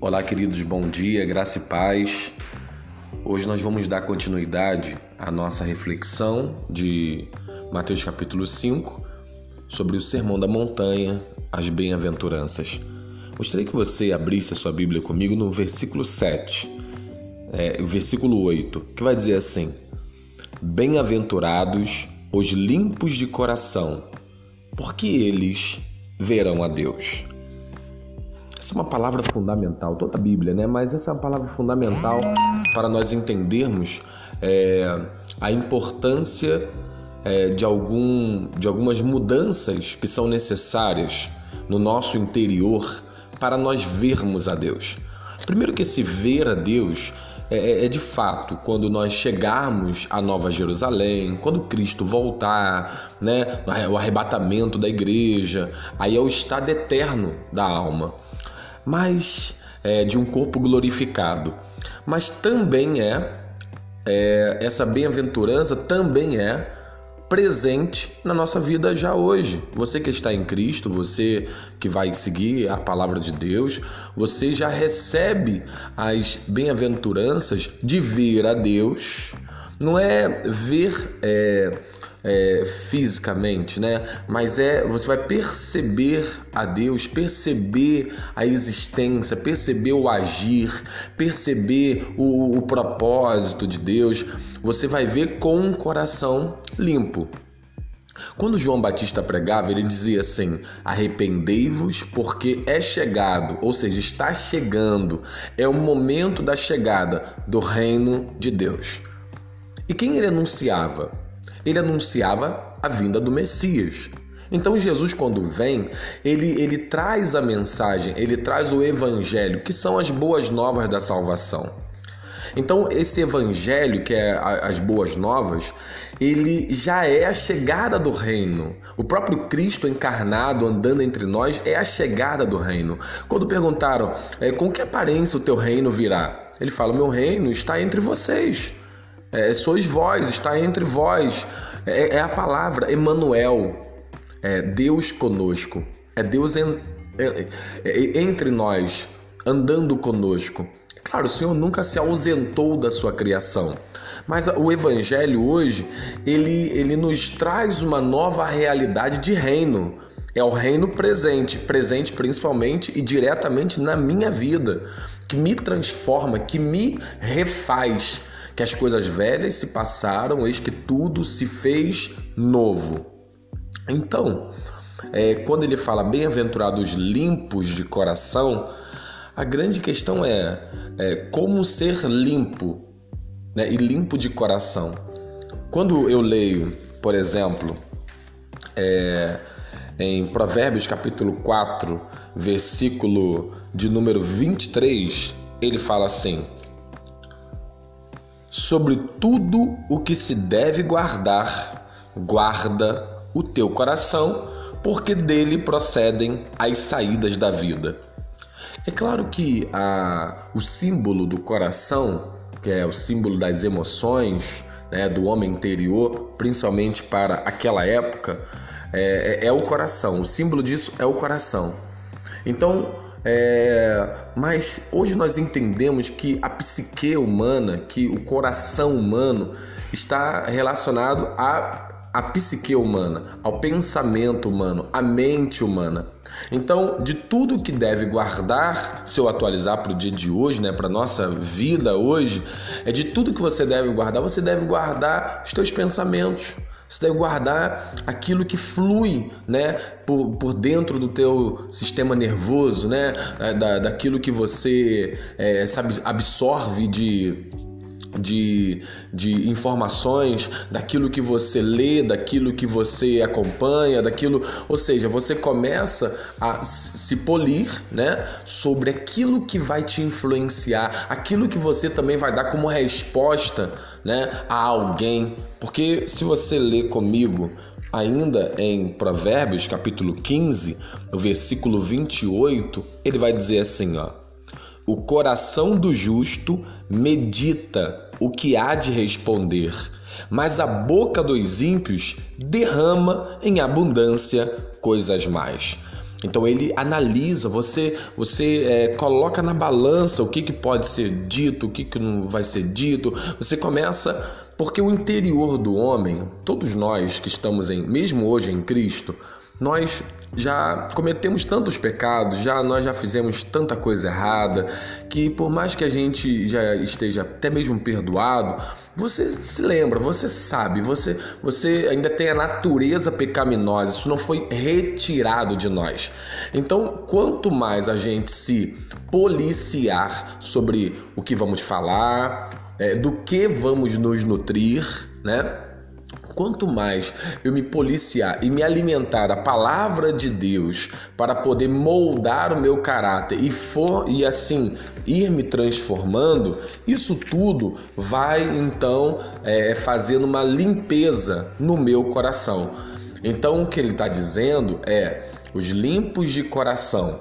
Olá, queridos, bom dia, graça e paz. Hoje nós vamos dar continuidade à nossa reflexão de Mateus capítulo 5 sobre o Sermão da Montanha, as bem-aventuranças. Gostaria que você abrisse a sua Bíblia comigo no versículo 7, o versículo 8, que vai dizer assim: Bem-aventurados os limpos de coração, porque eles verão a Deus. Essa é uma palavra fundamental, toda a Bíblia, né? Mas essa é uma palavra fundamental para nós entendermos a importância de algumas mudanças que são necessárias no nosso interior para nós vermos a Deus. Primeiro que esse ver a Deus é de fato quando nós chegarmos à Nova Jerusalém, quando Cristo voltar, né? O arrebatamento da igreja, aí é o estado eterno da alma, mas de um corpo glorificado. Mas também essa bem-aventurança também é presente na nossa vida já hoje. Você que está em Cristo, você que vai seguir a palavra de Deus, você já recebe as bem-aventuranças de ver a Deus. Não é ver fisicamente, né? Mas você vai perceber a Deus, perceber a existência, perceber o agir, perceber o propósito de Deus. Você vai ver com um coração limpo. Quando João Batista pregava, ele dizia assim: arrependei-vos porque é chegado, ou seja, está chegando, é o momento da chegada do reino de Deus. E quem ele anunciava? Ele anunciava a vinda do Messias. Então Jesus, quando vem, ele traz a mensagem, ele traz o evangelho, que são as boas novas da salvação. Então esse evangelho, que é as boas novas, ele já é a chegada do reino. O próprio Cristo encarnado andando entre nós é a chegada do reino. Quando perguntaram, com que aparência o teu reino virá? Ele fala, o meu reino está entre vocês. Sois vós, está entre vós. É a palavra Emanuel, Deus conosco, é Deus entre nós, andando conosco. Claro, o Senhor nunca se ausentou da sua criação, mas o Evangelho hoje, ele nos traz uma nova realidade de reino. É o reino presente principalmente e diretamente na minha vida, que me transforma, que me refaz, que as coisas velhas se passaram, eis que tudo se fez novo. Então, quando ele fala bem-aventurados limpos de coração, a grande questão é como ser limpo, né? E limpo de coração. Quando eu leio, por exemplo, em Provérbios capítulo 4, versículo de número 23, ele fala assim: sobre tudo o que se deve guardar, guarda o teu coração, porque dele procedem as saídas da vida. É claro que o símbolo do coração, que é o símbolo das emoções, né, do homem interior, principalmente para aquela época, é o coração. O símbolo disso é o coração. Então, mas hoje nós entendemos que a psique humana, que o coração humano está relacionado à psique humana, ao pensamento humano, à mente humana. Então, de tudo que deve guardar, se eu atualizar para o dia de hoje, né, para a nossa vida hoje, de tudo que você deve guardar os teus pensamentos. Você deve guardar aquilo que flui, né, por dentro do teu sistema nervoso, né, daquilo que você absorve de informações, daquilo que você lê, daquilo que você acompanha, ou seja, você começa a se polir, né, sobre aquilo que vai te influenciar, aquilo que você também vai dar como resposta, né, a alguém. Porque se você ler comigo ainda em Provérbios capítulo 15, no versículo 28, ele vai dizer assim, ó: o coração do justo medita o que há de responder, mas a boca dos ímpios derrama em abundância coisas más. Então ele analisa, você coloca na balança o que pode ser dito, o que não vai ser dito. Você começa, porque o interior do homem, todos nós que estamos mesmo hoje em Cristo, nós já cometemos tantos pecados, nós já fizemos tanta coisa errada, que por mais que a gente já esteja até mesmo perdoado, você se lembra, você sabe, você ainda tem a natureza pecaminosa, isso não foi retirado de nós. Então, quanto mais a gente se policiar sobre o que vamos falar, do que vamos nos nutrir, né? Quanto mais eu me policiar e me alimentar da palavra de Deus para poder moldar o meu caráter e assim ir me transformando, isso tudo vai então fazendo uma limpeza no meu coração. Então o que ele está dizendo é: os limpos de coração,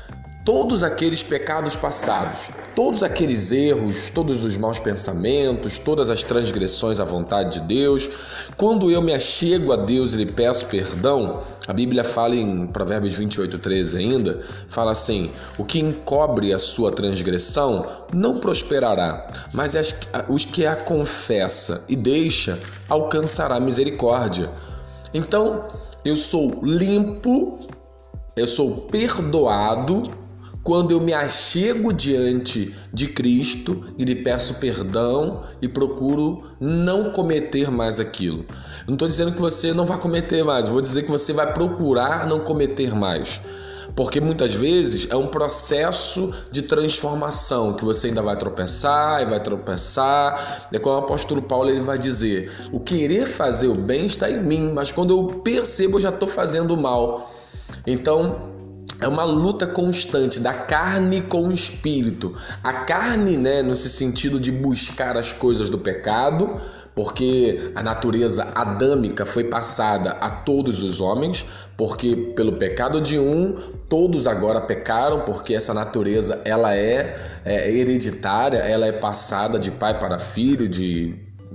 todos aqueles pecados passados, todos aqueles erros, todos os maus pensamentos, todas as transgressões à vontade de Deus, quando eu me achego a Deus e lhe peço perdão, a Bíblia fala em Provérbios 28:13 ainda, fala assim: o que encobre a sua transgressão não prosperará, mas os que a confessa e deixa alcançará misericórdia. Então, eu sou limpo, eu sou perdoado quando eu me achego diante de Cristo e lhe peço perdão e procuro não cometer mais aquilo. Eu não estou dizendo que você não vai cometer mais, vou dizer que você vai procurar não cometer mais. Porque muitas vezes é um processo de transformação, que você ainda vai tropeçar e vai tropeçar. É como o apóstolo Paulo ele vai dizer: o querer fazer o bem está em mim, mas quando eu percebo eu já estou fazendo o mal. Então, é uma luta constante da carne com o espírito. A carne, nesse sentido de buscar as coisas do pecado, porque a natureza adâmica foi passada a todos os homens, porque pelo pecado de um, todos agora pecaram, porque essa natureza ela é hereditária, ela é passada de pai para filho, de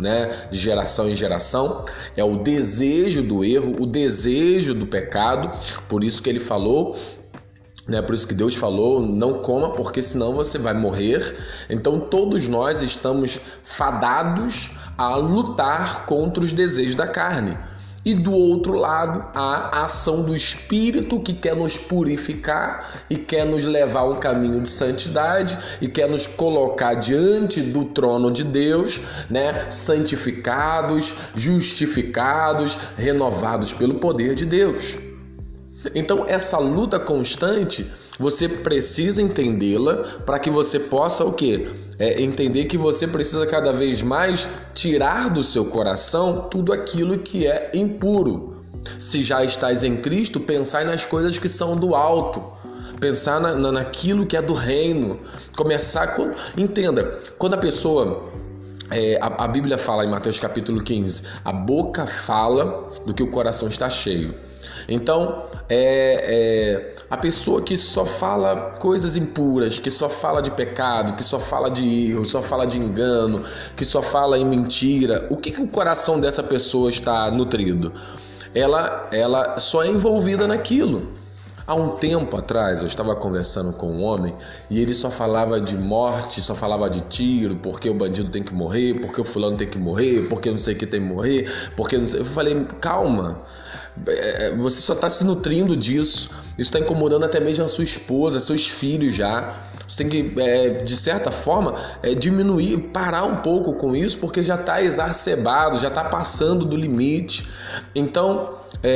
geração em geração. É o desejo do erro, o desejo do pecado. Por isso que ele falou, por isso que Deus falou: não coma, porque senão você vai morrer. Então todos nós estamos fadados a lutar contra os desejos da carne. E do outro lado, a ação do Espírito, que quer nos purificar e quer nos levar a um caminho de santidade e quer nos colocar diante do trono de Deus, santificados, justificados, renovados pelo poder de Deus. Então, essa luta constante, você precisa entendê-la para que você possa o quê? Entender que você precisa cada vez mais tirar do seu coração tudo aquilo que é impuro. Se já estás em Cristo, pensai nas coisas que são do alto. Pensar naquilo que é do reino. Entenda, quando a pessoa... a Bíblia fala em Mateus capítulo 15, a boca fala do que o coração está cheio. Então, a pessoa que só fala coisas impuras, que só fala de pecado, que só fala de erro, só fala de engano, que só fala em mentira, o que o coração dessa pessoa está nutrido? Ela só é envolvida naquilo. Há um tempo atrás eu estava conversando com um homem e ele só falava de morte, só falava de tiro, porque o bandido tem que morrer, porque o fulano tem que morrer, porque não sei o que tem que morrer, porque não sei. Eu falei: calma, você só está se nutrindo disso, isso está incomodando até mesmo a sua esposa, seus filhos já. Você tem que, de certa forma, diminuir, parar um pouco com isso, porque já está exacerbado, já está passando do limite. Então,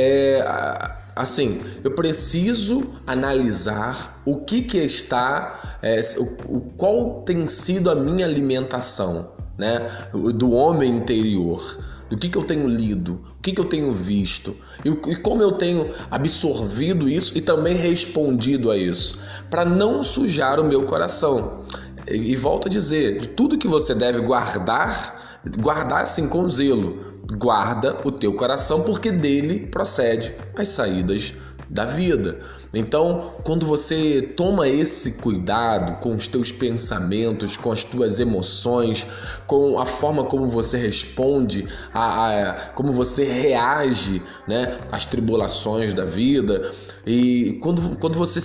assim, eu preciso analisar o que está, qual tem sido a minha alimentação, do homem interior, do que eu tenho lido, o que eu tenho visto e como eu tenho absorvido isso e também respondido a isso, para não sujar o meu coração. E volto a dizer, de tudo que você deve guardar assim com zelo. Guarda o teu coração, porque dele procede as saídas da vida. Então, quando você toma esse cuidado com os teus pensamentos, com as tuas emoções, com a forma como você responde, como você reage, né, às tribulações da vida, e quando você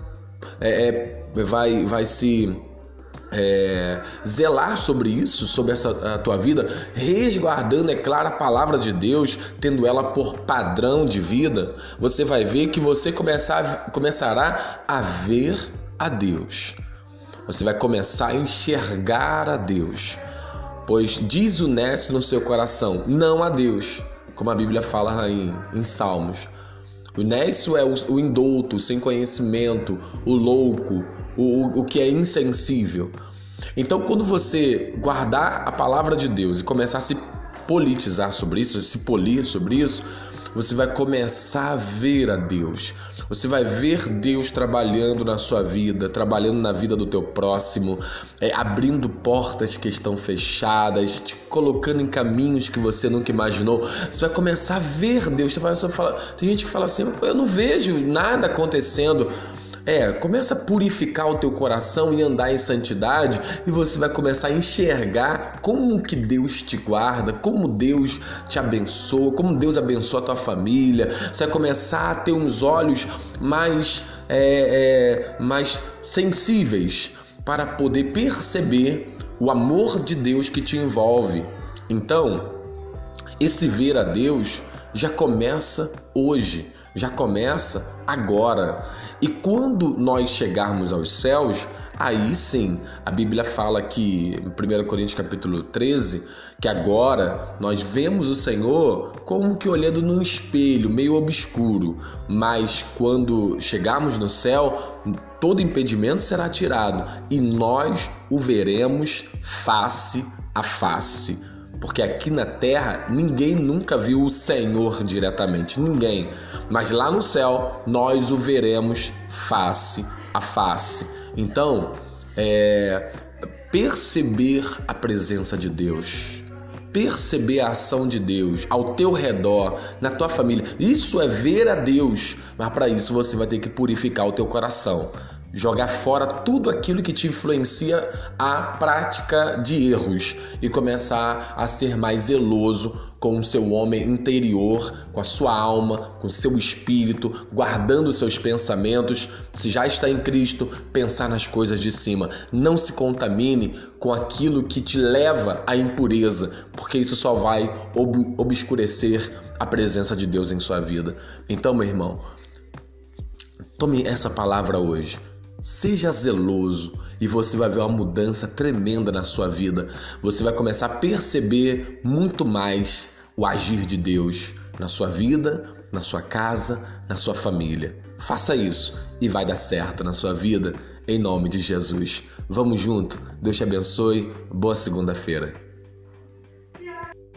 vai se zelar sobre isso, sobre a tua vida, resguardando, é claro, a palavra de Deus, tendo ela por padrão de vida, você vai ver que você começará a ver a Deus. Você vai começar a enxergar a Deus, pois diz o nécio no seu coração, não a Deus, como a Bíblia fala em Salmos. O nécio é o indouto, sem conhecimento, o louco, o que é insensível. Então, quando você guardar a palavra de Deus e começar a se politizar sobre isso, se polir sobre isso, você vai começar a ver a Deus. Você vai ver Deus trabalhando na sua vida, trabalhando na vida do teu próximo, abrindo portas que estão fechadas, te colocando em caminhos que você nunca imaginou. Você vai começar a ver Deus. Tem gente que fala assim, eu não vejo nada acontecendo. Começa a purificar o teu coração e andar em santidade, e você vai começar a enxergar como que Deus te guarda, como Deus te abençoa, como Deus abençoa a tua família. Você vai começar a ter uns olhos mais sensíveis para poder perceber o amor de Deus que te envolve. Então, esse ver a Deus já começa hoje, já começa agora. E quando nós chegarmos aos céus, aí sim, a Bíblia fala que, em 1 Coríntios capítulo 13, que agora nós vemos o Senhor como que olhando num espelho, meio obscuro. Mas quando chegarmos no céu, todo impedimento será tirado e nós o veremos face a face. Porque aqui na terra ninguém nunca viu o Senhor diretamente, ninguém. Mas lá no céu nós o veremos face a face. Então, perceber a presença de Deus, perceber a ação de Deus ao teu redor, na tua família, isso é ver a Deus. Mas para isso você vai ter que purificar o teu coração, jogar fora tudo aquilo que te influencia à prática de erros e começar a ser mais zeloso com o seu homem interior, com a sua alma, com o seu espírito, guardando os seus pensamentos. Se já está em Cristo, pensar nas coisas de cima. Não se contamine com aquilo que te leva à impureza, porque isso só vai obscurecer a presença de Deus em sua vida. Então, meu irmão, tome essa palavra hoje. Seja zeloso e você vai ver uma mudança tremenda na sua vida. Você vai começar a perceber muito mais o agir de Deus na sua vida, na sua casa, na sua família. Faça isso e vai dar certo na sua vida, em nome de Jesus. Vamos junto. Deus te abençoe. Boa segunda-feira.